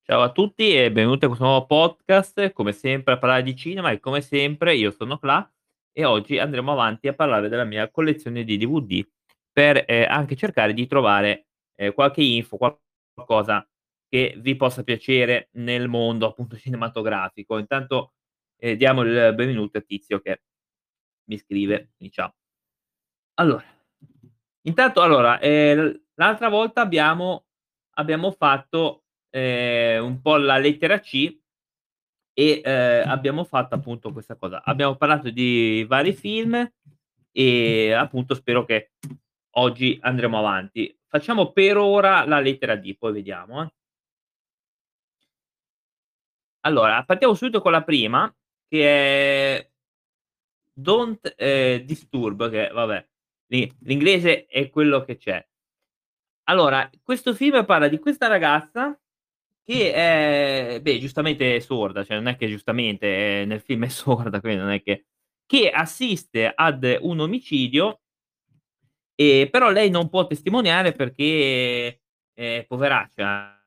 Ciao a tutti e benvenuti a questo nuovo podcast, come sempre a parlare di cinema e come sempre io sono Cla e oggi andremo avanti a parlare della mia collezione di DVD per, anche cercare di trovare, qualche info, qualcosa che vi possa piacere nel mondo appunto cinematografico. Intanto, diamo il benvenuto a Tizio che mi scrive, quindi ciao. Allora, intanto allora, l'altra volta abbiamo fatto, un po' la lettera C e, abbiamo fatto appunto questa cosa. Abbiamo parlato di vari film e appunto spero che oggi andremo avanti. Facciamo per ora la lettera D, poi vediamo, eh. Allora, partiamo subito con la prima che è Don't, Disturb, che vabbè, l'inglese è quello che c'è. Allora, questo film parla di questa ragazza che è beh, giustamente è sorda, cioè non è che giustamente, nel film è sorda, quindi non è che assiste ad un omicidio, però lei non può testimoniare perché, poveraccia,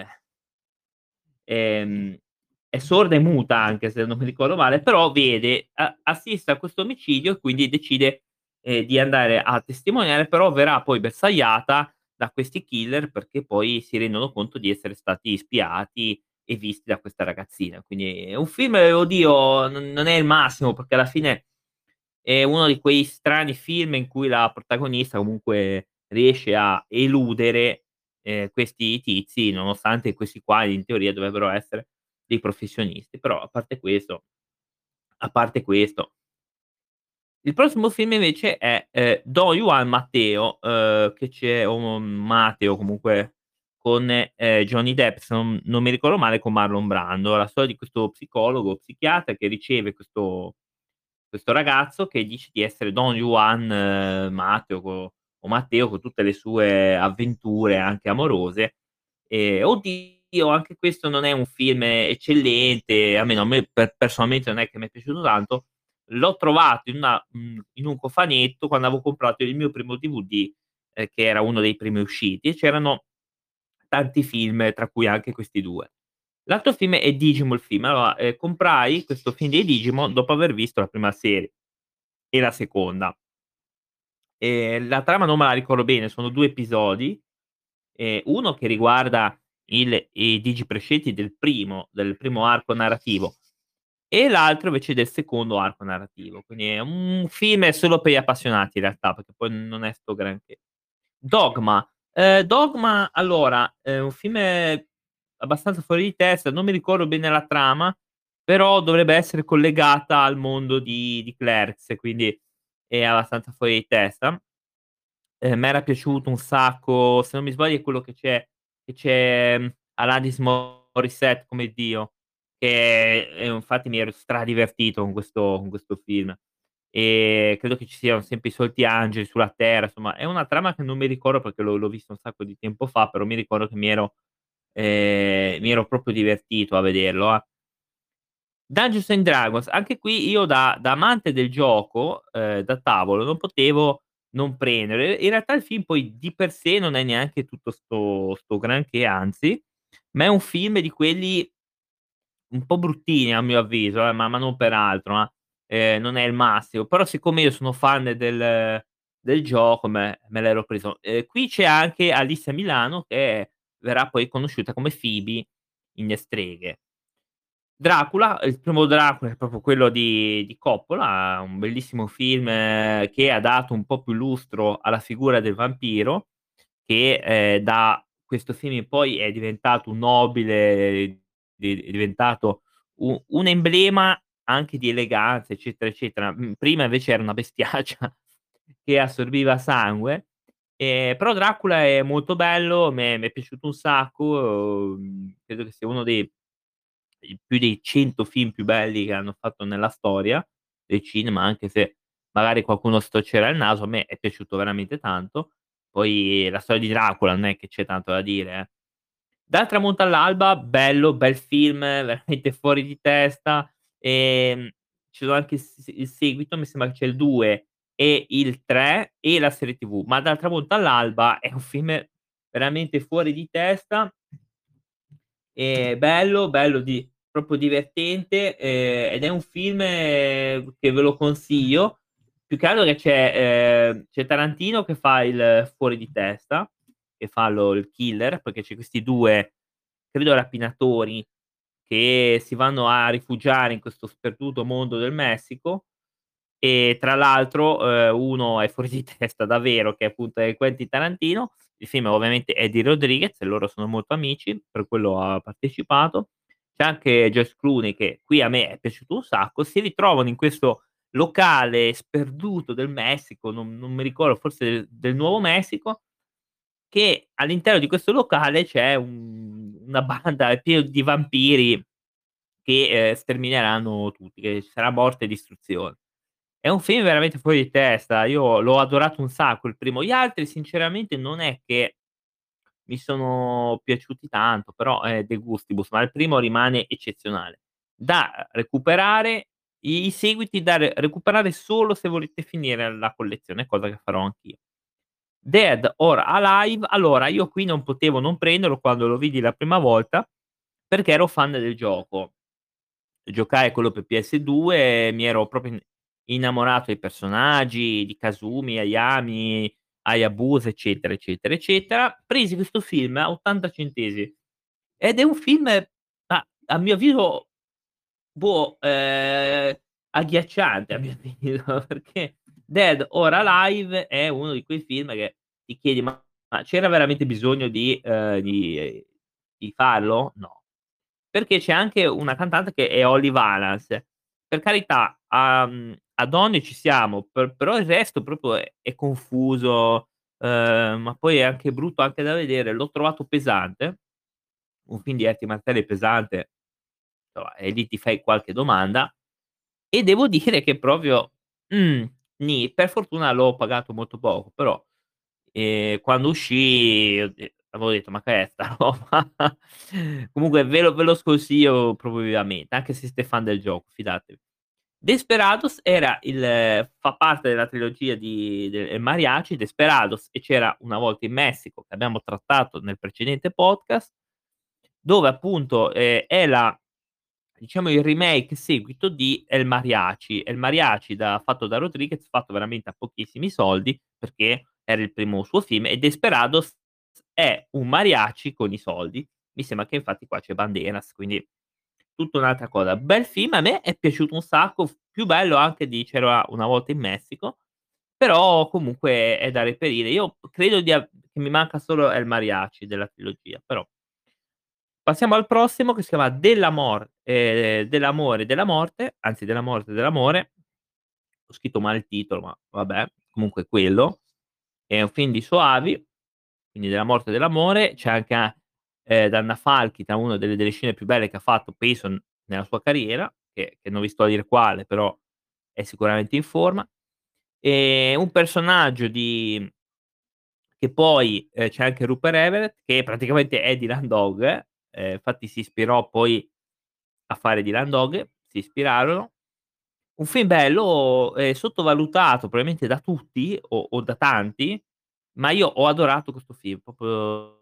ehm, è sorda e muta anche se non mi ricordo male, però vede, assiste a questo omicidio e quindi decide, di andare a testimoniare, però verrà poi bersagliata da questi killer perché poi si rendono conto di essere stati spiati e visti da questa ragazzina. Quindi è un film, oddio, non è il massimo perché alla fine è uno di quei strani film in cui la protagonista comunque riesce a eludere, questi tizi, nonostante questi qua in teoria dovrebbero essere dei professionisti. Però a parte questo il prossimo film invece è, Don Juan Matteo, che c'è o Mateo comunque con, Johnny Depp, se non mi ricordo male, con Marlon Brando. La storia di questo psicologo, psichiatra che riceve questo ragazzo che dice di essere Don Juan, Matteo o Matteo con tutte le sue avventure anche amorose. Oddio, anche questo non è un film eccellente, almeno a me personalmente non è che m'è piaciuto tanto. L'ho trovato in un cofanetto quando avevo comprato il mio primo DVD, che era uno dei primi usciti, e c'erano tanti film, tra cui anche questi 2. L'altro film è Digimon il film. Allora, comprai questo film dei Digimon dopo aver visto la prima serie e la seconda. La trama non me la ricordo bene, sono 2 episodi, uno che riguarda i Digiprescelti del primo arco narrativo e l'altro invece del secondo arco narrativo. Quindi è un film solo per gli appassionati in realtà, perché poi non è 'sto granché. Dogma allora, è un film abbastanza fuori di testa, non mi ricordo bene la trama, però dovrebbe essere collegata al mondo di Clerks, quindi è abbastanza fuori di testa. M'era piaciuto un sacco, se non mi sbaglio è quello che c'è, Alanis Morissette come Dio, che infatti mi ero stradivertito con questo film. Credo che ci siano sempre i soliti angeli sulla terra, insomma è una trama che non mi ricordo perché l'ho visto un sacco di tempo fa, però mi ricordo che mi ero proprio divertito a vederlo, eh. Dungeons and Dragons, anche qui io da amante del gioco, da tavolo, non potevo non prendere. In realtà il film poi di per sé non è neanche tutto sto granché, anzi, ma è un film di quelli un po' bruttini a mio avviso, ma non per altro, non è il massimo, però siccome io sono fan del gioco me l'ero preso. Qui c'è anche Alyssa Milano che verrà poi conosciuta come Phoebe in Streghe. Dracula, il primo Dracula è proprio quello di Coppola, un bellissimo film, che ha dato un po' più lustro alla figura del vampiro, che, da questo film in poi è diventato un nobile, è diventato un emblema anche di eleganza, eccetera, eccetera. Prima invece era una bestiaccia che assorbiva sangue, però Dracula è molto bello, m'è piaciuto un sacco, credo che sia uno dei più dei 100 film più belli che hanno fatto nella storia del cinema, anche se magari qualcuno storcerà il naso, a me è piaciuto veramente tanto. Poi la storia di Dracula non è che c'è tanto da dire, eh. Dal tramonto all'alba, bello, bel film, veramente fuori di testa. Ci sono anche il seguito, mi sembra che c'è il 2 e il 3 e la serie TV, ma Dal tramonto all'alba è un film veramente fuori di testa. Bello, bello di proprio divertente, ed è un film che ve lo consiglio. Più che altro che c'è Tarantino che fa il fuori di testa, che fa il killer, perché c'è questi 2, credo rapinatori, che si vanno a rifugiare in questo sperduto mondo del Messico. E tra l'altro, uno è fuori di testa davvero, che appunto è Quentin Tarantino. Il film ovviamente è di Rodriguez e loro sono molto amici, per quello ha partecipato. C'è anche George Clooney che qui a me è piaciuto un sacco. Si ritrovano in questo locale sperduto del Messico, non mi ricordo, forse del Nuovo Messico, che all'interno di questo locale c'è una banda è pieno di vampiri che, stermineranno tutti, che ci sarà morte e distruzione. È un film veramente fuori di testa, io l'ho adorato un sacco il primo. Gli altri sinceramente non è che mi sono piaciuti tanto, però è de gustibus, ma il primo rimane eccezionale. Da recuperare, i seguiti da recuperare solo se volete finire la collezione, cosa che farò anch'io. Dead or Alive, allora io qui non potevo non prenderlo quando lo vidi la prima volta, perché ero fan del gioco. Giocai a quello per PS2, mi ero proprio innamorato dei personaggi, di Kazumi, Ayami, Hayabusa, eccetera, eccetera, eccetera. Presi questo film a 80 centesimi ed è un film, a mio avviso, boh, agghiacciante a mio avviso, perché Dead or Alive è uno di quei film che ti chiedi: "Ma c'era veramente bisogno di farlo?" No. Perché c'è anche una cantante che è Holly Valance. Per carità, a donne ci siamo, però il resto proprio è confuso, ma poi è anche brutto anche da vedere. L'ho trovato pesante, un film di arti marziali pesante, insomma, e lì ti fai qualche domanda. E devo dire che proprio, nì, per fortuna l'ho pagato molto poco, però, quando uscì avevo detto: "Ma che è sta roba?" Comunque ve lo sconsiglio proprio vivamente, anche se siete fan del gioco, fidatevi. Desperados era fa parte della trilogia di de El Mariachi, Desperados, e c'era Una volta in Messico, che abbiamo trattato nel precedente podcast, dove appunto, è la diciamo il remake seguito di El Mariachi. El Mariachi fatto da Rodriguez, fatto veramente a pochissimi soldi, perché era il primo suo film, e Desperados è un mariachi con i soldi. Mi sembra che infatti qua c'è Banderas, quindi tutta un'altra cosa. Bel film, a me è piaciuto un sacco, più bello anche di C'era una volta in Messico, però comunque è da reperire. Io credo che mi manca solo El Mariachi della trilogia, però passiamo al prossimo che si chiama Dell'amore e della morte, anzi Della morte e dell'amore. Ho scritto male il titolo, ma vabbè, comunque quello. È un film di Soavi, quindi Della morte e dell'amore. C'è anche Danna Falchi, tra una delle scene più belle che ha fatto penso nella sua carriera, che non vi sto a dire quale, però è sicuramente in forma. Un personaggio che poi, c'è anche Rupert Everett, che praticamente è Dylan Dog, infatti si ispirò poi a fare Dylan Dog, si ispirarono. Un film bello, sottovalutato probabilmente da tutti o da tanti, ma io ho adorato questo film, proprio,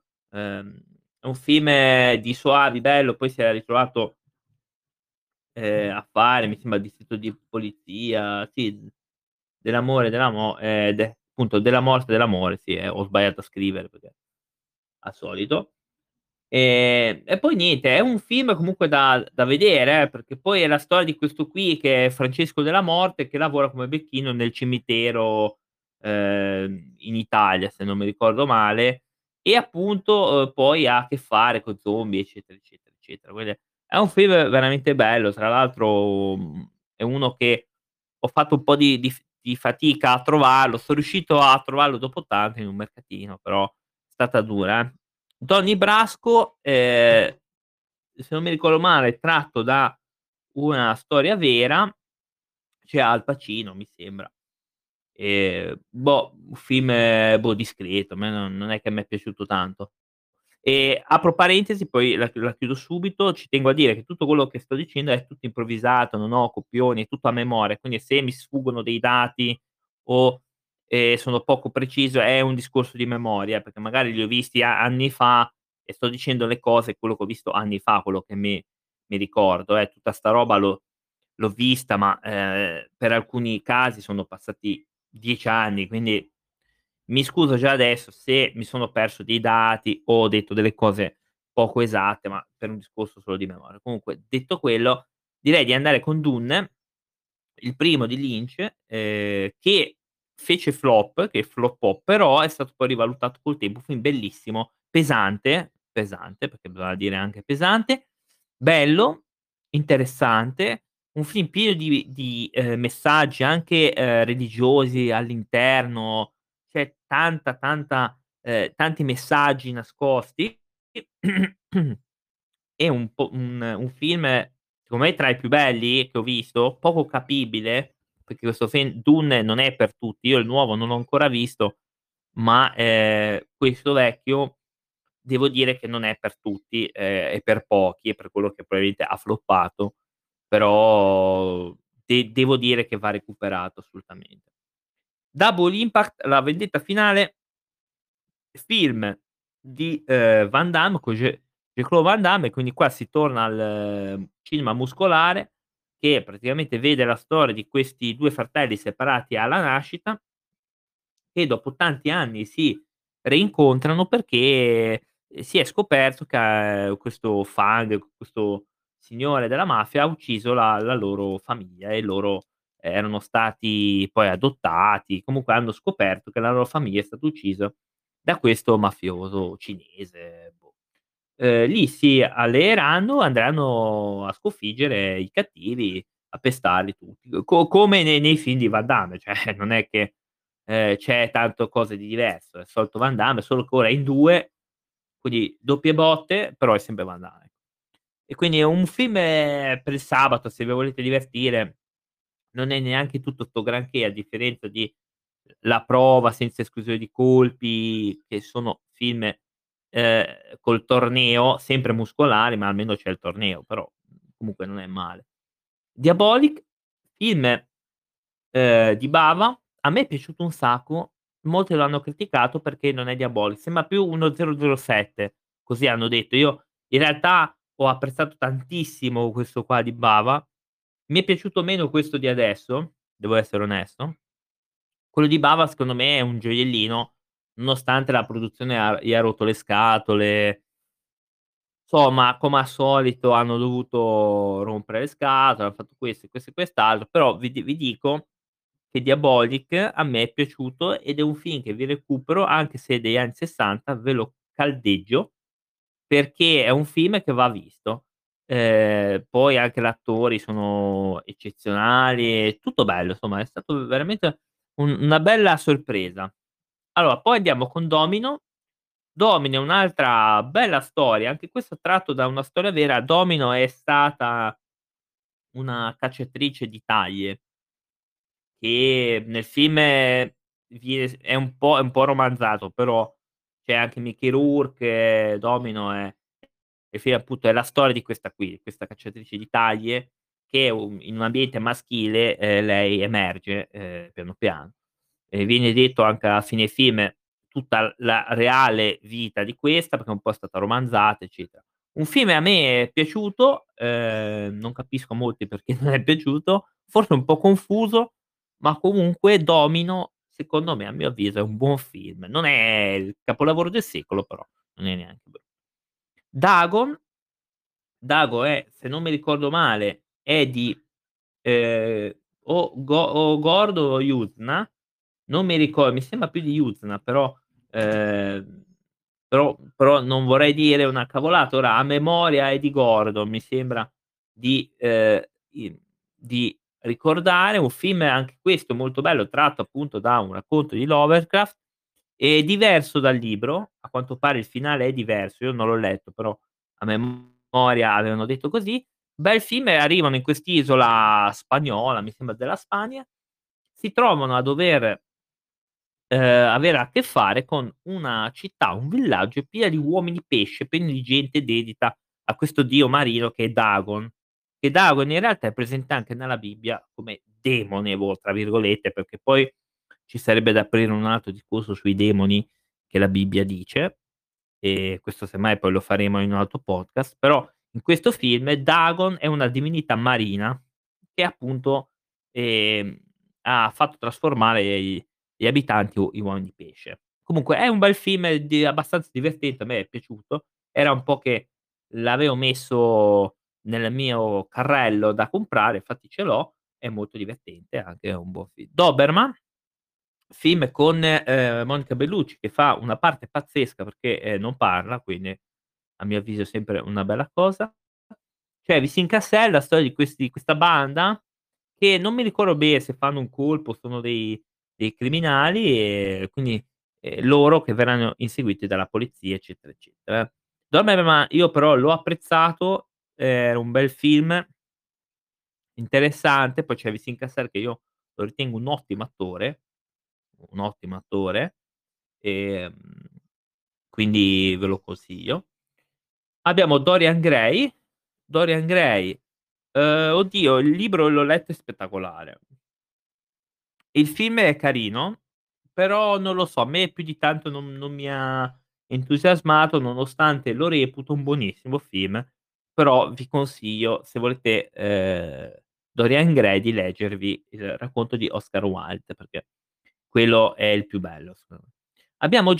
è un film di Soavi bello, poi si era ritrovato, a fare, mi sembra Distretto di polizia, sì, dell'amore, appunto della morte e dell'amore, sì, ho sbagliato a scrivere perché al solito. E poi niente, è un film comunque da vedere, perché poi è la storia di questo qui che è Francesco Della Morte, che lavora come becchino nel cimitero, in Italia, se non mi ricordo male, e appunto, poi ha a che fare con zombie, eccetera, eccetera, eccetera. Quindi è un film veramente bello, tra l'altro, è uno che ho fatto un po' di fatica a trovarlo, son riuscito a trovarlo dopo tanto in un mercatino, però è stata dura, eh. Donnie Brasco, se non mi ricordo male, è tratto da una storia vera, c'è Al Pacino mi sembra. Un film, boh, discreto, a me non è che m'è piaciuto tanto. Apro parentesi, poi la chiudo subito, ci tengo a dire che tutto quello che sto dicendo è tutto improvvisato, non ho copioni, è tutto a memoria, quindi se mi sfuggono dei dati o, sono poco preciso è un discorso di memoria, perché magari li ho visti a anni fa e sto dicendo le cose quello che ho visto anni fa, quello che mi ricordo, tutta 'sta roba l'ho vista, ma, per alcuni casi sono passati 10 anni, quindi mi scuso già adesso se mi sono perso dei dati o ho detto delle cose poco esatte, ma per un discorso solo di memoria. Comunque, detto quello, direi di andare con Dune, il primo di Lynch, che fece flop, che floppò, però è stato poi rivalutato col tempo, un film bellissimo, pesante, pesante, perché bisogna dire anche pesante, bello, interessante, un film pieno di messaggi anche, religiosi all'interno, c'è tanti messaggi nascosti. È un film, secondo me tra i più belli che ho visto, poco capibile, perché questo film Dune non è per tutti. Io il nuovo non l'ho ancora visto, ma, questo vecchio devo dire che non è per tutti, è per pochi, è per quello che probabilmente ha floppato, però devo dire che va recuperato assolutamente. Double Impact, La vendetta finale, film di, Van Damme con Jean-Claude Van Damme, e quindi qua si torna al cinema muscolare, che praticamente vede la storia di questi 2 fratelli separati alla nascita, che dopo tanti anni si rincontrano perché, si è scoperto che, questo Fang, questo signore della mafia, ha ucciso la loro famiglia e loro erano stati poi adottati, comunque hanno scoperto che la loro famiglia è stata uccisa da questo mafioso cinese, boh. Lì si alleeranno, andranno a sconfiggere i cattivi, a pestarli tutti, come nei film di Van Damme, cioè non è che, c'è tanto cose di diverso, è il solito Van Damme, solo che ora è in 2, quindi doppie botte, però è sempre Van Damme. E quindi è un film per il sabato, se vi volete divertire, non è neanche tutto 'sto granché, a differenza di La prova, Senza esclusione di colpi, che sono film, col torneo, sempre muscolari, ma almeno c'è il torneo, però, comunque non è male. Diabolic, film, di Bava, a me è piaciuto un sacco, molti lo hanno criticato perché non è Diabolic, sembra più uno 007, così hanno detto. Io in realtà ho apprezzato tantissimo questo qua di Bava, mi è piaciuto meno questo di adesso, devo essere onesto. Quello di Bava secondo me è un gioiellino, nonostante la produzione gli ha rotto le scatole. Insomma, come al solito hanno dovuto rompere le scatole, han fatto questo e questo e quest'altro, però vi dico che Diabolic a me è piaciuto ed è un film che vi recupero, anche se è degli anni '60, ve lo caldeggio, perché è un film che va visto. Poi anche l'attori sono eccezionali, è tutto bello, insomma è stato veramente una bella sorpresa. Allora, poi andiamo con Domino. Domino è un'altra bella storia, anche questo tratto da una storia vera. Domino è stata una cacciatrice di taglie che nel film è un po' romanzato, però c'è anche Mickey Rourke, Domino è il film appunto è la storia di questa qui, questa cacciatrice di taglie che in un ambiente maschile, lei emerge, piano piano. E viene detto anche a fine film tutta la reale vita di questa, perché un po' è stata romanzata, eccetera. Un film a me è piaciuto, non capisco a molti perché non è piaciuto, forse un po' confuso, ma comunque Domino, secondo me, a mio avviso, è un buon film. Non è il capolavoro del secolo, però non è neanche bru Dagon Dago è, se non mi ricordo male, è di, ehm, o Gordon o Yuzna, non mi mi sembra più di Yuzna, ehm, però non vorrei dire una cavolata. Ora a memoria è di Gordon, mi sembra di i di ricordare, un film anche questo molto bello, tratto appunto da un racconto di Lovecraft, diverso dal libro, a quanto pare il finale è diverso, io non l'ho letto, però a memoria avevano detto così. Bel film, e arrivano in quest'isola spagnola, mi sembra della Spagna, si trovano a dover, avere a che fare con una città, un villaggio piena di uomini pesce, pieni di gente dedita a questo dio marino che è Dagon. Che Dagon in realtà è presente anche nella Bibbia come "demone", boh, tra virgolette, perché poi ci sarebbe da aprire un altro discorso sui demoni che la Bibbia dice. questo semmai poi lo faremo in un altro podcast, però in questo film Dagon è una divinità marina che appunto, ehm, ha fatto trasformare gli abitanti u in uomini pesce. Comunque è un bel film abbastanza divertente, a me è piaciuto. Era un po' che l'avevo messo nel mio carrello da comprare, infatti ce l'ho, è molto divertente, anche è un buon film. Doberman, film con, Monica Bellucci che fa una parte pazzesca perché, non parla, quindi a mio avviso è sempre una bella cosa. Travis in Cassell, la storia di questa banda che non mi ricordo bene se fanno un colpo, sono dei criminali e quindi, loro che verranno inseguiti dalla polizia, eccetera, eccetera. Doberman io però l'ho apprezzato, era un bel film interessante, poi c'è Vincent Cassel che io lo ritengo un ottimo attore, ehm, quindi ve lo consiglio. Abbiamo Dorian Gray, oddio il libro l'ho letto, è spettacolare. Il film è carino, però non lo so, a me più di tanto non mi ha entusiasmato, nonostante lo reputo un buonissimo film, però vi consiglio, se volete, Dorian Gray, di leggervi il racconto di Oscar Wilde, perché quello è il più bello secondo me. Abbiamo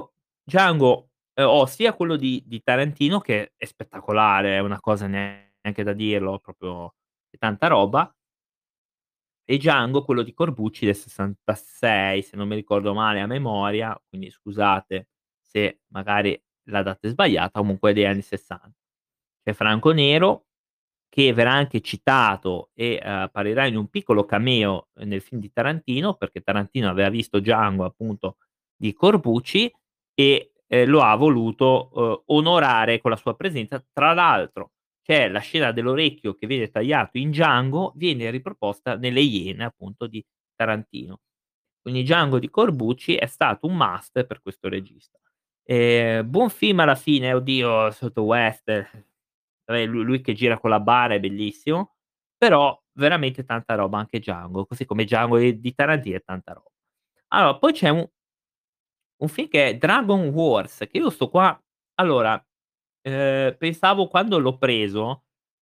ho sia quello di Tarantino che è spettacolare, è una cosa neanche da dirlo, proprio è tanta roba, e Django, quello di Corbucci del '66, se non mi ricordo male a memoria, quindi scusate se magari la data è sbagliata, comunque è degli anni '60. C'è Franco Nero, che verrà anche citato e, apparirà in un piccolo cameo, nel film di Tarantino, perché Tarantino aveva visto Django appunto di Corbucci e, lo ha voluto, onorare con la sua presenza. Tra l'altro c'è la scena dell'orecchio che viene tagliato in Django, viene riproposta nelle Iene appunto di Tarantino. Quindi Django di Corbucci è stato un must per questo regista. Buon film alla fine, oddio sotto western, vabbè lui che gira con la bara è bellissimo, però veramente tanta roba anche Django, così come Django di Tarantino è tanta roba. Allora poi c'è un film che è Dragon Wars, che io sto qua allora, pensavo quando l'ho preso,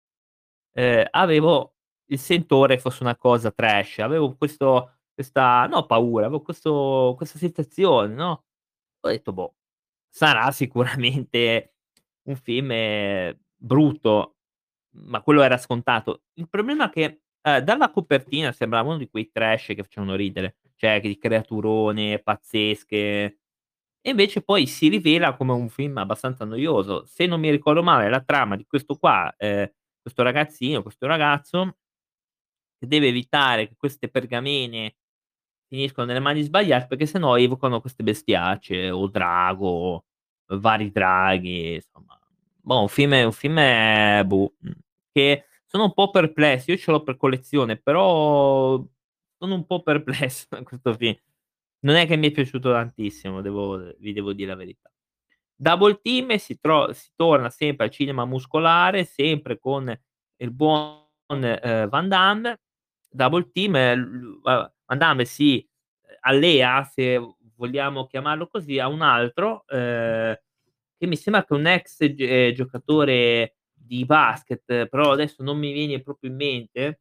avevo il sentore fosse una cosa trash, avevo questa no paura, avevo questa sensazione, no, ho detto: "Boh, sarà sicuramente un film, brutto", ma quello era scontato. Il problema è che, dalla copertina sembrava uno di quei trash che facevano ridere, cioè che di creaturone pazzesche, e invece poi si rivela come un film abbastanza noioso. Se non mi ricordo male la trama di questo qua, questo ragazzino, questo ragazzo che deve evitare che queste pergamene finiscono nelle mani sbagliate, perché se no evocano queste bestiacce o drago, vari draghi, insomma. Boh, un film boh, che sono un po' perplesso. Io ce l'ho per collezione, però sono un po' perplesso da questo film. Non è che mi è piaciuto tantissimo, vi devo dire la verità. Double Team si torna sempre al cinema muscolare, sempre con il buon, Van Damme. Double Team, Van Damme si, allea, se vogliamo chiamarlo così, a un altro, che mi sembra che è un ex giocatore di basket, però adesso non mi viene proprio in mente.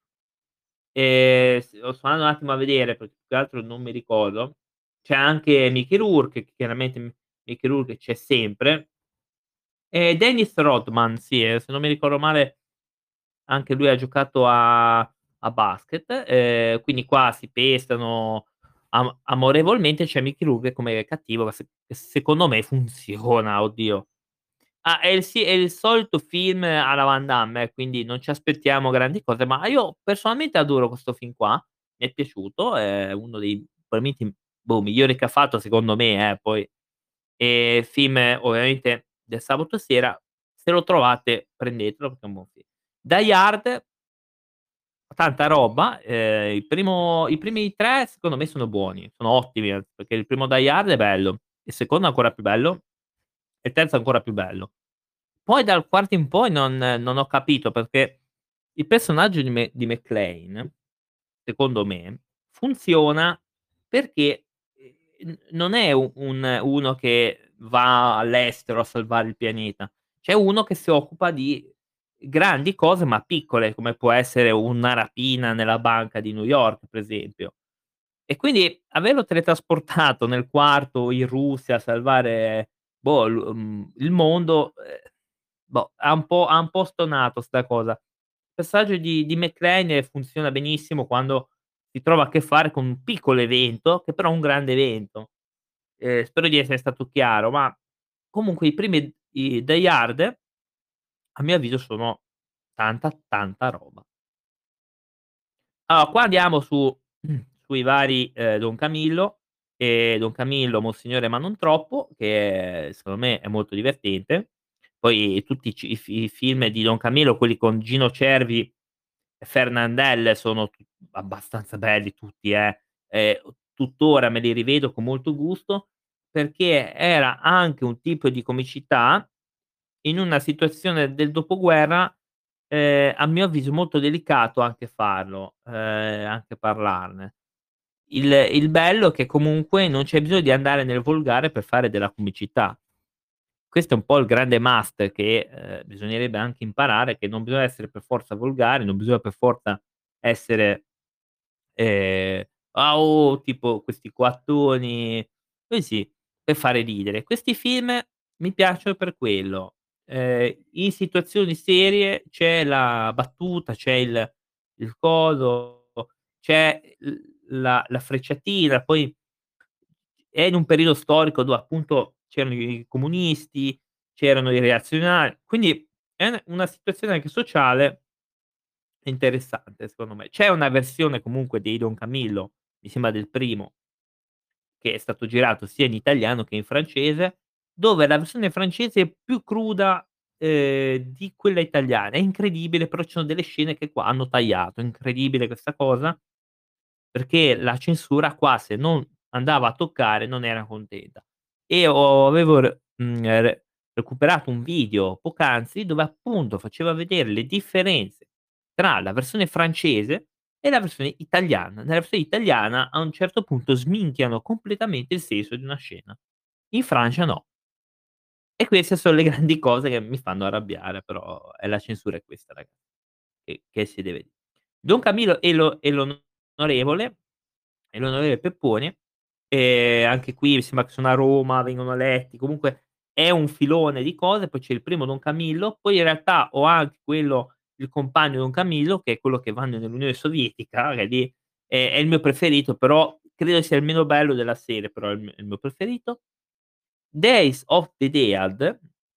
Sto andando un attimo a vedere perché più che altro non mi ricordo. C'è anche Mickey Rourke, che chiaramente Mickey Rourke c'è sempre. E Dennis Rodman, sì, se non mi ricordo male anche lui ha giocato a basket, quindi qua si pestano amorevolmente, c'è Mickey Rourke come cattivo che secondo me funziona, oddio. Ah, è il solito film alla Van Damme, quindi non ci aspettiamo grandi cose, ma io personalmente adoro questo film qua, mi è piaciuto, è uno dei probabilmente, boh, migliori che ha fatto secondo me, poi. Film ovviamente del sabato sera, se lo trovate prendetelo perché è un buon film. Die Hard, tanta roba, i primi 3 secondo me sono buoni, sono ottimi, anzi, perché il primo Die Hard è bello, il secondo è ancora più bello e il terzo è ancora più bello. Poi dal quarto in poi non ho capito perché il personaggio di McClane, secondo me, funziona perché, non è uno che va all'estero a salvare il pianeta. C'è uno che si occupa di grandi cose, ma piccole, come può essere una rapina nella banca di New York, per esempio. E quindi averlo teletrasportato nel quarto in Russia a salvare, boh, il mondo, boh, ha un po' stonato 'sta cosa. Il personaggio di McClane funziona benissimo quando si trova a che fare con un piccolo evento, che però è un grande evento. Spero di essere stato chiaro, ma comunque i Die Hard, a mio avviso, sono tanta, tanta roba. Allora, qua andiamo sui vari, Don Camillo, Don Camillo, Monsignore ma non troppo, che secondo me è molto divertente. Poi tutti i film di Don Camillo, quelli con Gino Cervi e Fernandel, sono abbastanza belli tutti, tuttora me li rivedo con molto gusto, perché era anche un tipo di comicità in una situazione del dopoguerra, a mio avviso molto delicato anche farlo, anche parlarne. Il bello è che comunque non c'è bisogno di andare nel volgare per fare della comicità. Questo è un po' il grande must che, bisognerebbe anche imparare, che non bisogna essere per forza volgari, non bisogna per forza essere, "Ah, oh", tipo questi coattoni così, per fare ridere. Questi film mi piacciono per quello. In situazioni serie c'è la battuta, c'è il coso, c'è la frecciatina, poi è in un periodo storico dove appunto c'erano i comunisti, c'erano i reazionari, quindi è una situazione anche sociale interessante secondo me. C'è una versione comunque di Don Camillo, mi sembra del primo, che è stato girato sia in italiano che in francese, dove la versione francese è più cruda, di quella italiana. È incredibile, però ci sono delle scene che qua hanno tagliato. È incredibile questa cosa, perché la censura qua se non andava a toccare non era contenta. E avevo recuperato un video poc'anzi dove appunto faceva vedere le differenze tra la versione francese e la versione italiana. Nella versione italiana a un certo punto sminchiano completamente il senso di una scena. In Francia no. E queste son le grandi cose che mi fanno arrabbiare, però la censura è questa, che si deve di Don Camillo e l'onorevole Peppone, anche qui mi sembra che sono a Roma, vengono letti, comunque è un filone di cose, poi c'è il primo Don Camillo, poi in realtà ho anche quello il compagno Don Camillo, che è quello che vanno nell'Unione Sovietica, che lì è il mio preferito, però credo sia il meno bello della serie, però è il mio preferito. Days of the Dead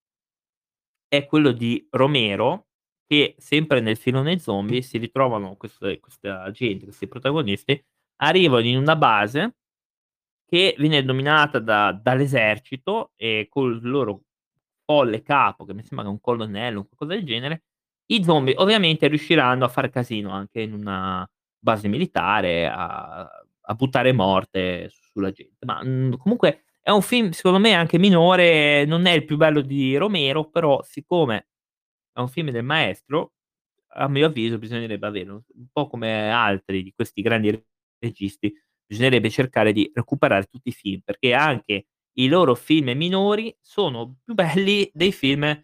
è quello di Romero, che sempre nel filone zombie si ritrovano questa gente, questi protagonisti, arrivano in una base che viene dominata dall'esercito e col loro folle capo, che mi sembra che è un colonnello, un qualcosa del genere, i zombie ovviamente riusciranno a far casino anche in una base militare, a buttare morte sulla gente. Ma, comunque è un film secondo me anche minore, non è il più bello di Romero, però siccome è un film del maestro, a mio avviso bisognerebbe averlo. Un po' come altri di questi grandi registi, bisognerebbe cercare di recuperare tutti i film, perché anche i loro film minori sono più belli dei film,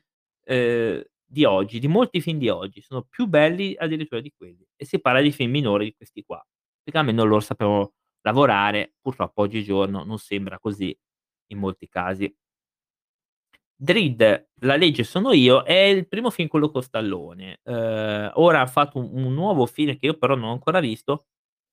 di oggi, di molti film di oggi, sono più belli addirittura di quelli. E si parla di film minori di questi qua, perché almeno loro sapevano lavorare, purtroppo oggigiorno non sembra così in molti casi. Dredd, La legge sono io, è il primo film quello con Stallone. Ora ha fatto un nuovo film che io però non ho ancora visto,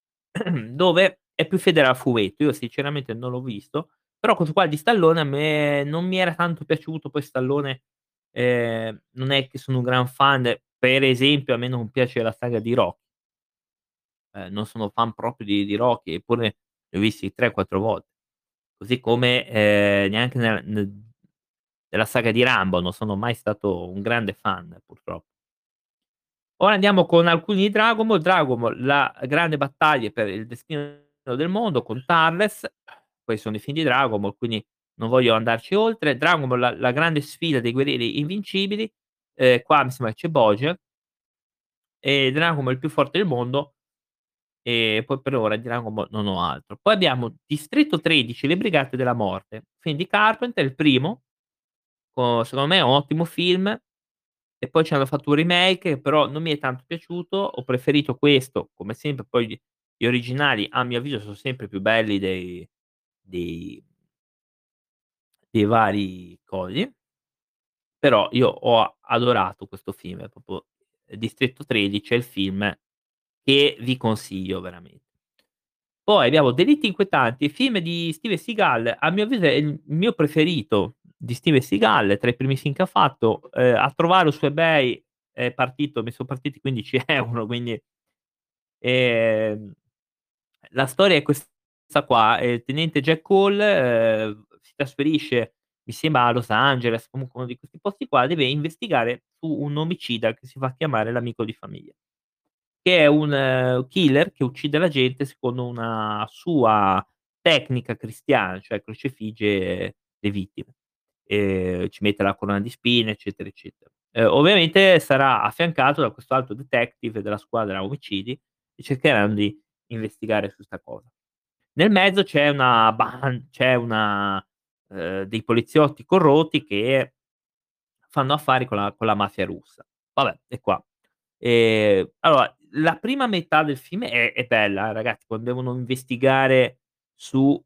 dove è più fedele al fumetto. Io sinceramente non l'ho visto, però questo qua di Stallone a me non mi era tanto piaciuto, poi Stallone, non è che sono un gran fan, per esempio a me non piace la saga di Rocky, non sono fan proprio di Rocky, eppure li ho visti 3, 4 volte. Così come, neanche della saga di Rambo, non sono mai stato un grande fan purtroppo. Ora andiamo con alcuni di Dragon Ball. Dragon Ball, la grande battaglia per il destino del mondo con Turles, poi sono i film di Dragon Ball, quindi non voglio andarci oltre. Dragon Ball, la grande sfida dei guerrieri invincibili, qua mi sembra che c'è Bojack, e Dragon Ball il più forte del mondo, e poi per ora di Dragon Ball non ho altro. Poi abbiamo Distretto 13, Le Brigate della Morte, film di Carpenter, il primo, secondo me è un ottimo film, e poi ci hanno fatto un remake che però non mi è tanto piaciuto, ho preferito questo, come sempre poi gli originali a mio avviso sono sempre più belli dei dei vari cosi, però io ho adorato questo film, è proprio Distretto 13 è il film che vi consiglio veramente. Poi abbiamo Delitti inquietanti, film di Steven Seagal, a mio avviso è il mio preferito di Steven Seagal, tra i primissimi che ha fatto. A trovarlo su eBay è partito mi son partiti 15 €, quindi, ehm, la storia è questa qua: il tenente Jack Cole, si trasferisce, mi sembra a Los Angeles, comunque uno di questi posti qua, deve investigare su un omicida che si fa chiamare l'amico di famiglia. Che è un killer che uccide la gente secondo una sua tecnica cristiana, cioè crocefigge le vittime. Ci mette la corona di spine, eccetera, eccetera. Ovviamente sarà affiancato da questo altro detective della squadra omicidi e cercheranno di investigare su 'sta cosa. Nel mezzo c'è una dei poliziotti corrotti che fanno affari con la mafia russa. Vabbè, e qua. Allora, la prima metà del film è bella, ragazzi, quando devono investigare su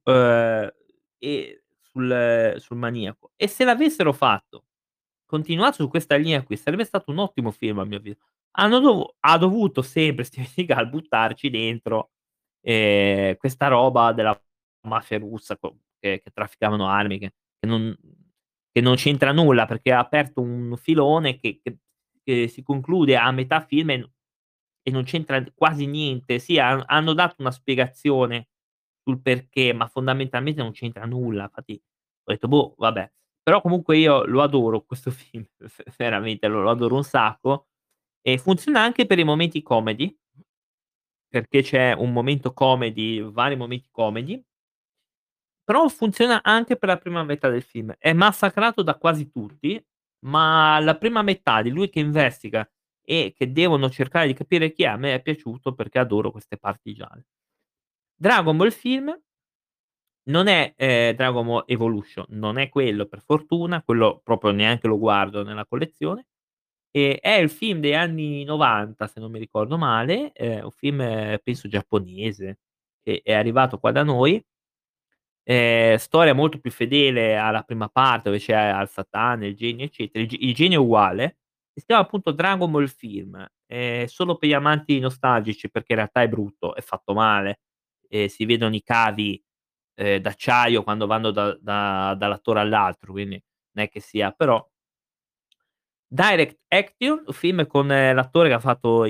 sul maniaco. E se l'avessero fatto continuato su questa linea qui, sarebbe stato un ottimo film a mio avviso. Ha dovuto sempre Steven Seagal buttarci dentro, questa roba della mafia russa che trafficavano armi, che non c'entra nulla, perché ha aperto un filone che si conclude a metà film e non c'entra quasi niente. Sì, hanno dato una spiegazione sul perché, ma fondamentalmente non c'entra nulla. Infatti ho detto: "Boh, vabbè". Però comunque io lo adoro questo film, veramente lo adoro un sacco, e funziona anche per i momenti comedy, perché c'è un momento comedy, vari momenti comedy, però funziona anche per la prima metà del film. È massacrato da quasi tutti, ma la prima metà di lui che investiga e che devono cercare di capire chi è, a me è piaciuto perché adoro queste parti gialle. Dragon Ball film non è, Dragon Ball Evolution, non è quello per fortuna, quello proprio neanche lo guardo nella collezione. È il film degli anni '90 se non mi ricordo male, un film penso giapponese, che è arrivato qua da noi. Storia molto più fedele alla prima parte dove c'è Al Satan, il genio eccetera, il genio è uguale. Si chiama appunto Dragon Ball Film, solo per gli amanti nostalgici perché in realtà è brutto, è fatto male, si vedono i cavi, d'acciaio quando vanno dall'attore all'altro, quindi non è che sia però Direct Action, un film con l'attore che ha fatto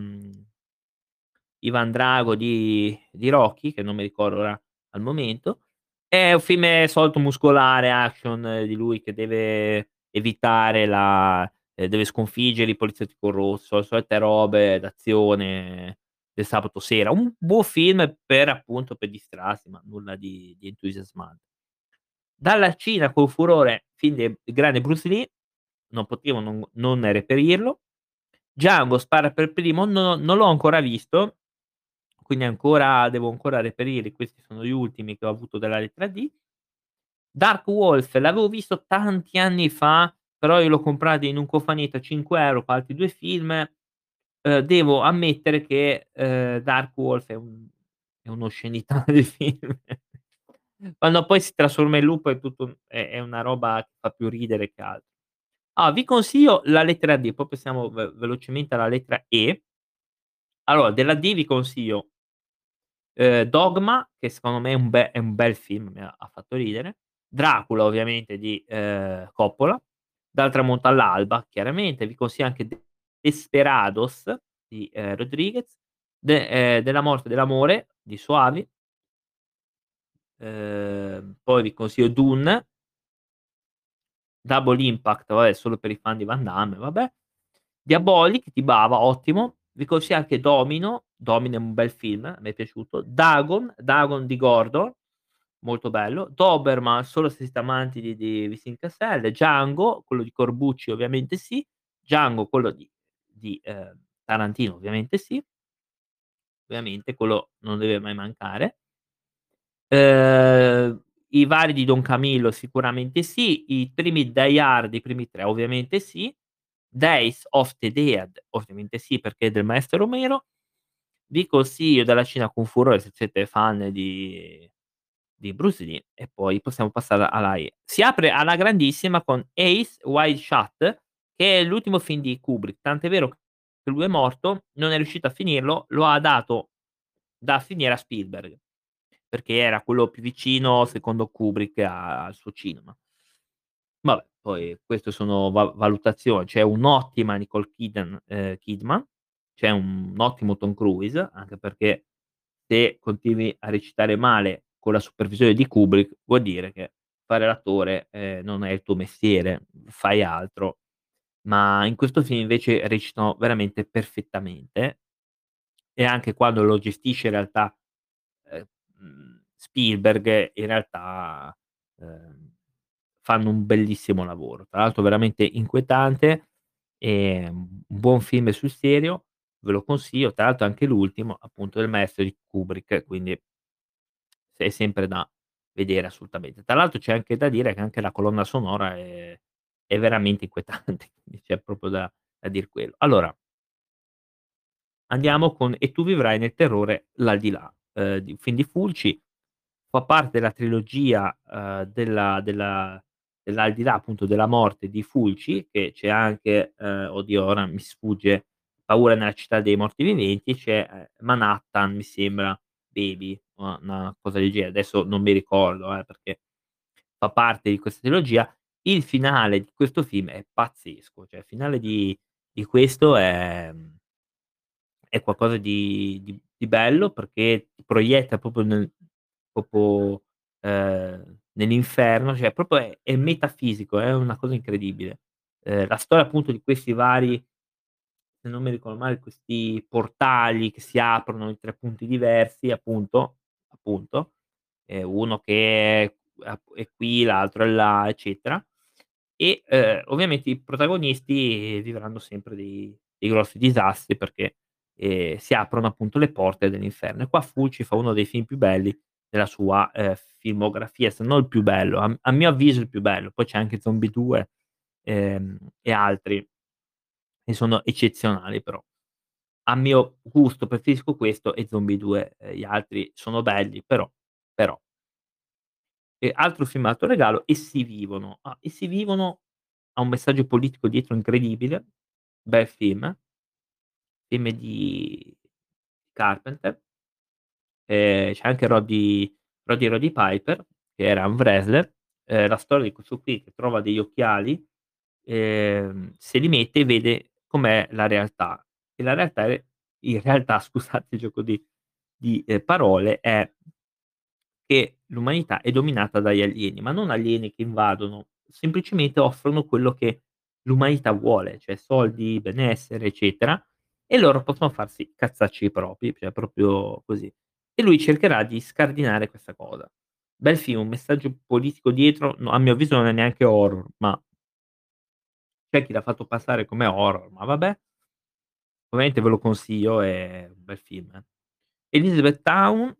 Ivan Drago di Rocky, che non mi ricordo ora al momento. È un film solito muscolare, action di lui che deve evitare deve sconfiggere i poliziotti corrotti, solite robe d'azione del sabato sera. Un buon film per appunto per distrarsi, ma nulla di entusiasmante. Dalla Cina con furore film del grande Bruce Lee, non potevo non reperirlo. Django spara per primo, non l'ho ancora visto, quindi devo ancora reperire, questi sono gli ultimi che ho avuto della lettera D. Dark Wolf l'avevo visto tanti anni fa, però io l'ho comprato in un cofanetto a 5 € con altri 2 film. Devo ammettere che, Dark Wolf è un'oscenità di film. Quando poi si trasforma in lupo è tutto è una roba che fa più ridere che altro. Ah, vi consiglio la lettera D, poi passiamo velocemente alla lettera E. Allora, della D vi consiglio, Dogma, che secondo me è un bel film, ha fatto ridere. Dracula ovviamente di, Coppola. Dal tramonto all'alba, chiaramente. Vi consiglio anche Desperados di, Rodriguez. Della morte e dell'amore di Soavi. Poi vi consiglio Dune. Double Impact, vabbè, solo per i fan di Van Damme, vabbè. Diabolic di Bava, ottimo. Vi consiglio anche Domino, Domino è un bel film, a me è piaciuto. Dagon di Gordon, molto bello. Doberman, solo se siete amanti di Vincent Cassel. Django, quello di Corbucci ovviamente sì. Django, quello di Tarantino ovviamente sì. ovviamente quello non deve mai mancare. Ehm, I vari di Don Camillo sicuramente sì, i primi Die Hard, i primi 3 ovviamente sì, Days of the Dead ovviamente sì, perché è del maestro Romero. Vi consiglio dalla Cina Kung Fu Roll se siete fan di Bruce Lee e poi possiamo passare alla si apre alla grandissima con Ace Wide Shut, che è l'ultimo film di Kubrick, tant'è vero che lui è morto, non è riuscito a finirlo, lo ha dato da finire a Spielberg, perché era quello più vicino secondo Kubrick al suo cinema. Vabbè, poi queste sono valutazioni. C'è un'ottima Nicole Kidman, c'è un ottimo Tom Cruise, anche perché se continui a recitare male con la supervisione di Kubrick, vuol dire che fare l'attore, non è il tuo mestiere, fai altro. Ma in questo film invece recitano veramente perfettamente e anche quando lo gestisce in realtà Spielberg, in realtà, ehm, fanno un bellissimo lavoro. Tra l'altro veramente inquietante, un buon film sul serio, ve lo consiglio. Tra l'altro anche l'ultimo, appunto, del maestro di Kubrick, quindi è sempre da vedere assolutamente. Tra l'altro c'è anche da dire che anche la colonna sonora è veramente inquietante, quindi c'è proprio da dir quello. Allora, andiamo con "E tu vivrai nel terrore l'aldilà", di un film di Fulci. Fa parte della trilogia, dell'aldilà, appunto della morte di Fulci, che c'è anche, oddio ora mi sfugge, Paura nella città dei morti viventi, c'è, Manhattan mi sembra Baby, o una cosa del genere, adesso non mi ricordo, perché fa parte di questa trilogia. Il finale di questo film è pazzesco, cioè il finale di questo è qualcosa di bello perché ti proietta proprio proprio, nell'inferno, cioè proprio è metafisico, è una cosa incredibile. La storia appunto di questi vari, se non mi ricordo male, questi portali che si aprono in 3 punti diversi appunto, uno che è qui, l'altro è là, eccetera. E, ovviamente i protagonisti vivranno sempre dei grossi disastri perché, si aprono appunto le porte dell'inferno. E qua Fulci fa uno dei film più belli della sua, filmografia, se non il più bello, a mio avviso il più bello. Poi c'è anche Zombie 2, e altri che sono eccezionali però. A mio gusto preferisco questo e Zombie 2, gli altri sono belli però. Altro film, altro regalo, Essi vivono. Essi vivono ha un messaggio politico dietro incredibile, bel film di Carpenter, c'è anche Roddy Piper, che era un wrestler, la storia di questo qui che trova degli occhiali, se li mette e vede com'è la realtà. E la realtà è in realtà scusate il gioco di parole, è che l'umanità è dominata dagli alieni, ma non alieni che invadono, semplicemente offrono quello che l'umanità vuole, cioè soldi, benessere, eccetera, e loro possono farsi i cazzacci propri, cioè proprio così. E lui cercherà di scardinare questa cosa. Bel film, un messaggio politico dietro, no, a mio avviso non è neanche horror, ma c'è chi l'ha fatto passare come horror, ma vabbè. Ovviamente ve lo consiglio, è un bel film. Elizabethtown,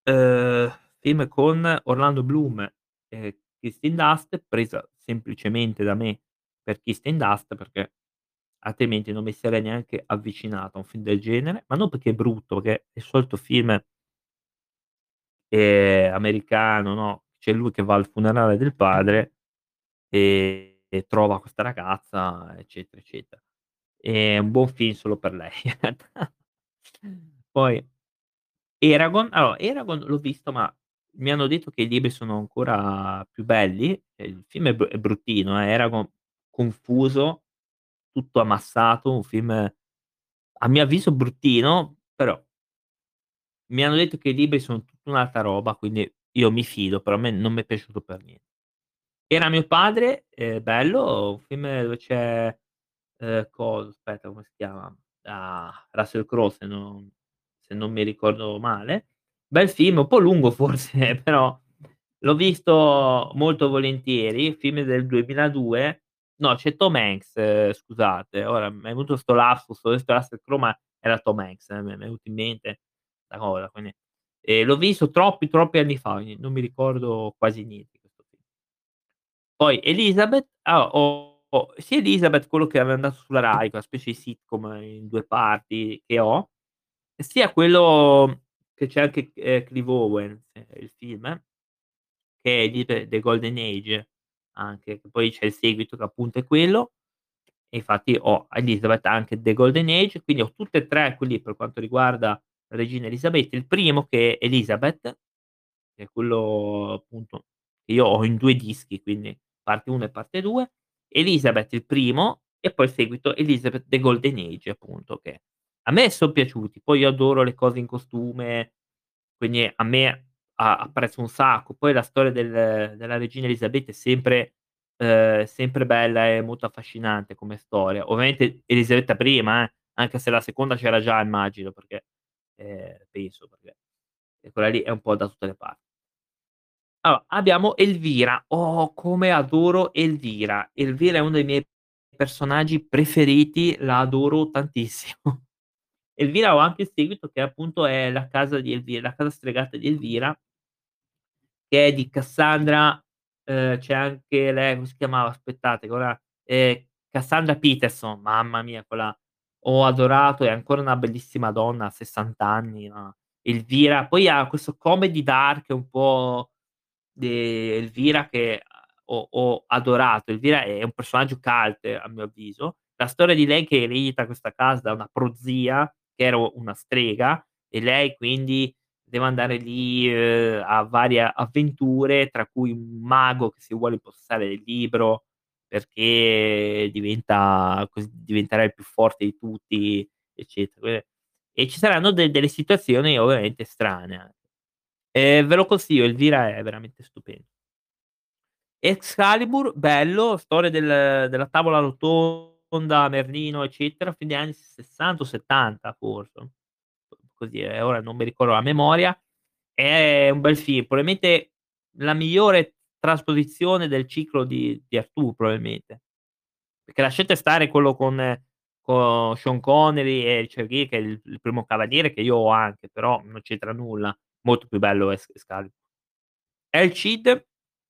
film con Orlando Bloom e Kristen Dunst, presa semplicemente da me per Kristen Dunst, perché altrimenti non mi sarei neanche avvicinato a un film del genere, ma non perché è brutto, perché è il solito film, americano, no, c'è lui che va al funerale del padre e trova questa ragazza, eccetera, eccetera. È un buon film solo per lei in realtà. Poi Eragon l'ho visto, ma mi hanno detto che i libri sono ancora più belli, il film è bruttino, Eragon confuso, tutto ammassato, un film a mio avviso bruttino, però mi hanno detto che i libri sono tutta un'altra roba, quindi io mi fido, però a me non m'è piaciuto per niente. Era mio padre, bello, un film dove c'è, coso, aspetta come si chiama? Russell Crowe se non mi ricordo male. Bel film, un po' lungo forse, però l'ho visto molto volentieri, film del 2002. No, c'è Tom Hanks, scusate, ora m'è venuto 'sto lapsus, ho detto Russell Crowe, ma era Tom Hanks, m'è venuto in mente. 'sta cosa, quindi l'ho visto troppi anni fa, quindi non mi ricordo quasi niente di questo film. Poi Elizabeth ho sia Elizabeth, quello che aveva dato sulla Rai, quella specie di sitcom in 2 parti che ho, sia quello che c'è anche, Clive Owen, il film, che è di The Golden Age anche, che poi c'è il seguito che appunto è quello, e infatti ho Elizabeth anche The Golden Age, quindi ho tutte e 3 quelli per quanto riguarda Regina Elisabetta. Il primo che è Elizabeth, che è quello appunto che io ho in 2 dischi, quindi parte 1 e parte 2, Elizabeth il primo e poi il seguito Elizabeth The Golden Age appunto, che a me son piaciuti. Poi io adoro le cose in costume, quindi a me apprezzo un sacco. Poi la storia della regina Elisabetta è sempre bella e molto affascinante come storia. Ovviamente Elisabetta prima anche se la seconda c'era già immagino perché penso, perché quella lì è un po' da tutte le parti. Allora, abbiamo Elvira. Oh, come adoro Elvira. Elvira è uno dei miei personaggi preferiti, la adoro tantissimo. Elvira ho anche il seguito che appunto è La casa stregata di Elvira, che è di Cassandra, c'è anche lei, come si chiamava? Aspettate che ora Cassandra Peterson, mamma mia quella ho adorato, è ancora una bellissima donna a 60 anni, no, Elvira. Poi ha questo comedy dark un po' di Elvira che ho adorato. Elvira è un personaggio cult a mio avviso. La storia di lei che eredita questa casa da una prozia che era una strega e lei quindi deve andare lì, a varie avventure, tra cui un mago che si vuole impossessare del libro perché diventerà il più forte di tutti, eccetera. E ci saranno delle situazioni ovviamente strane anche. Ve lo consiglio, Elvira è veramente stupendo. Excalibur bello, storia della tavola rotonda, Merlino, eccetera, fine anni '60 o '70 forse, così, ora non mi ricordo a memoria. È un bel film, probabilmente la migliore trasposizione del ciclo di Artù probabilmente, perché lasciate stare quello con Sean Connery e Richard Gere che è il Primo Cavaliere che io ho anche, però non c'entra nulla, molto più bello Excalibur. El Cid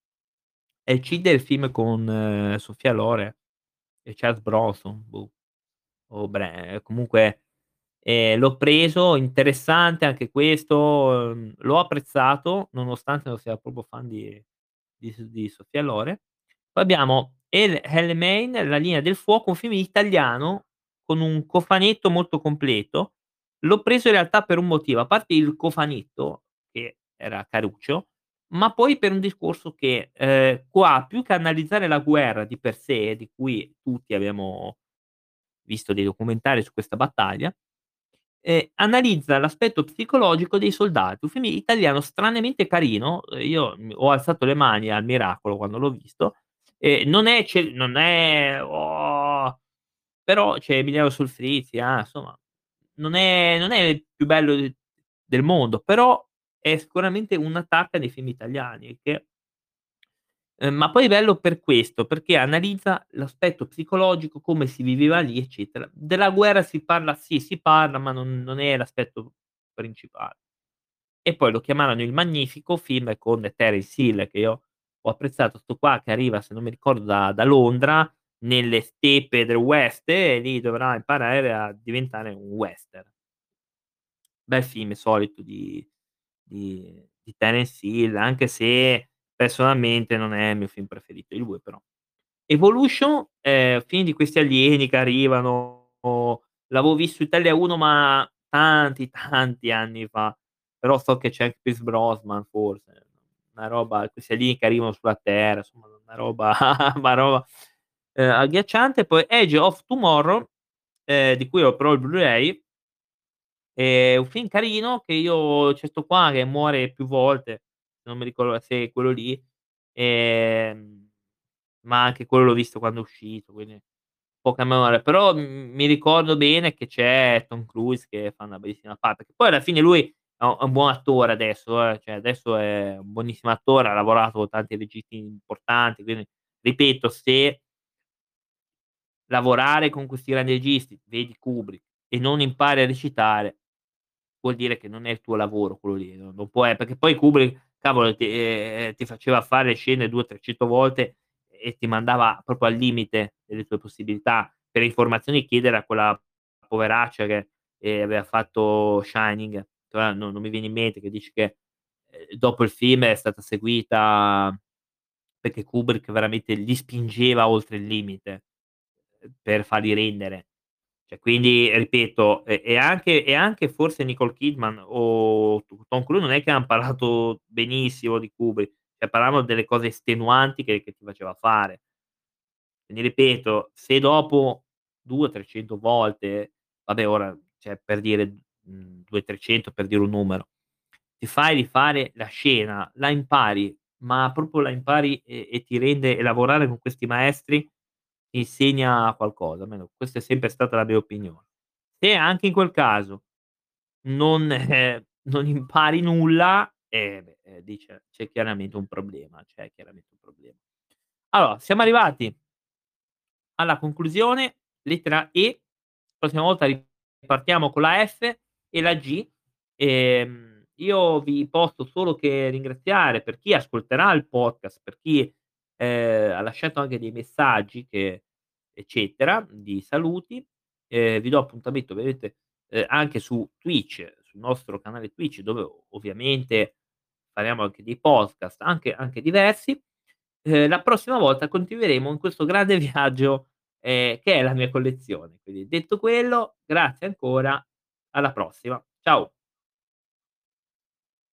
El Cid è il film con Sofia Loren e Charles Bronson, boh, o comunque, l'ho preso, interessante anche questo, l'ho apprezzato, nonostante non sia proprio fan di Sofia Loren. Poi abbiamo El Main, La linea del fuoco, un film italiano con un cofanetto molto completo. L'ho preso in realtà per un motivo, a parte il cofanetto, che era caruccio, ma poi per un discorso che, qua più che analizzare la guerra di per sé, di cui tutti abbiamo visto dei documentari su questa battaglia, analizza l'aspetto psicologico dei soldati. Un film italiano stranamente carino, io ho alzato le mani al miracolo quando l'ho visto, non è oh, però c'è Emiliano Solfrizzi, insomma, non è il più bello del mondo, però è sicuramente una tappa dei film italiani che ma poi è bello per questo, perché analizza l'aspetto psicologico, come si viveva lì, eccetera. Della guerra si parla sì, si parla, ma non è l'aspetto principale. E poi lo chiamarono il Magnifico, film con Terence Hill, che io ho apprezzato, 'sto qua che arriva, se non mi ricordo da Londra, nelle steppe del West e lì dovrà imparare a diventare un western. Bel film solito di Terence Hill, anche se personalmente non è il mio film preferito di lui però. Evolution, film di questi alieni che arrivano, l'avevo visto Italia 1 ma tanti anni fa, però so che c'è anche Pierce Brosnan forse, una roba questi alieni che arrivano sulla Terra, insomma una roba una roba, agghiacciante. Poi Edge of Tomorrow, di cui ho però il Blu-ray. Un film carino che io c'è 'sto qua che muore più volte, non mi ricordo se è quello lì, ehm, ma anche quello l'ho visto quando è uscito, quindi poca memoria, però, mi ricordo bene che c'è Tom Cruise che fa una bellissima perché poi alla fine lui è un buon attore adesso, cioè adesso è un buonissimo attore, ha lavorato con tanti registi importanti, quindi ripeto, se lavorare con questi grandi registi, vedi Kubrick, e non impari a recitare vuol dire che non è il tuo lavoro quello lì, non può perché poi Kubrick, cavolo, ti faceva fare scene 200, 300 volte e ti mandava proprio al limite delle tue possibilità. Per informazioni chiedere a quella poveraccia che, aveva fatto Shining, che ora non mi viene in mente, che dice che, dopo il film è stata seguita perché Kubrick veramente li spingeva oltre il limite, per farli rendere. Cioè quindi ripeto, e anche forse Nicole Kidman o Tom Cruise non è che han parlato benissimo di Kubrick, cioè parlavano delle cose estenuanti che ti faceva fare. Quindi ripeto, se dopo 2, 300 volte, vabbè ora, cioè per dire, 2, 300 per dire un numero, ti fai rifare la scena, la impari, ma proprio la impari e ti rende e lavorare con questi maestri ti insegna qualcosa, almeno questa è sempre stata la mia opinione. Se anche in quel caso non impari nulla, beh, dice c'è chiaramente un problema, c'è chiaramente un problema. Allora, siamo arrivati alla conclusione, lettera E, prossima volta ripartiamo con la F e la G. Io vi posso solo che ringraziare per chi ascolterà il podcast, per chi, ha lasciato anche dei messaggi che eccetera, di saluti. Vi do appuntamento ovviamente, anche su Twitch, sul nostro canale Twitch, dove ovviamente faremo anche dei podcast, anche diversi. La prossima volta continueremo in questo grande viaggio, che è la mia collezione. Quindi detto quello, grazie ancora, alla prossima. Ciao.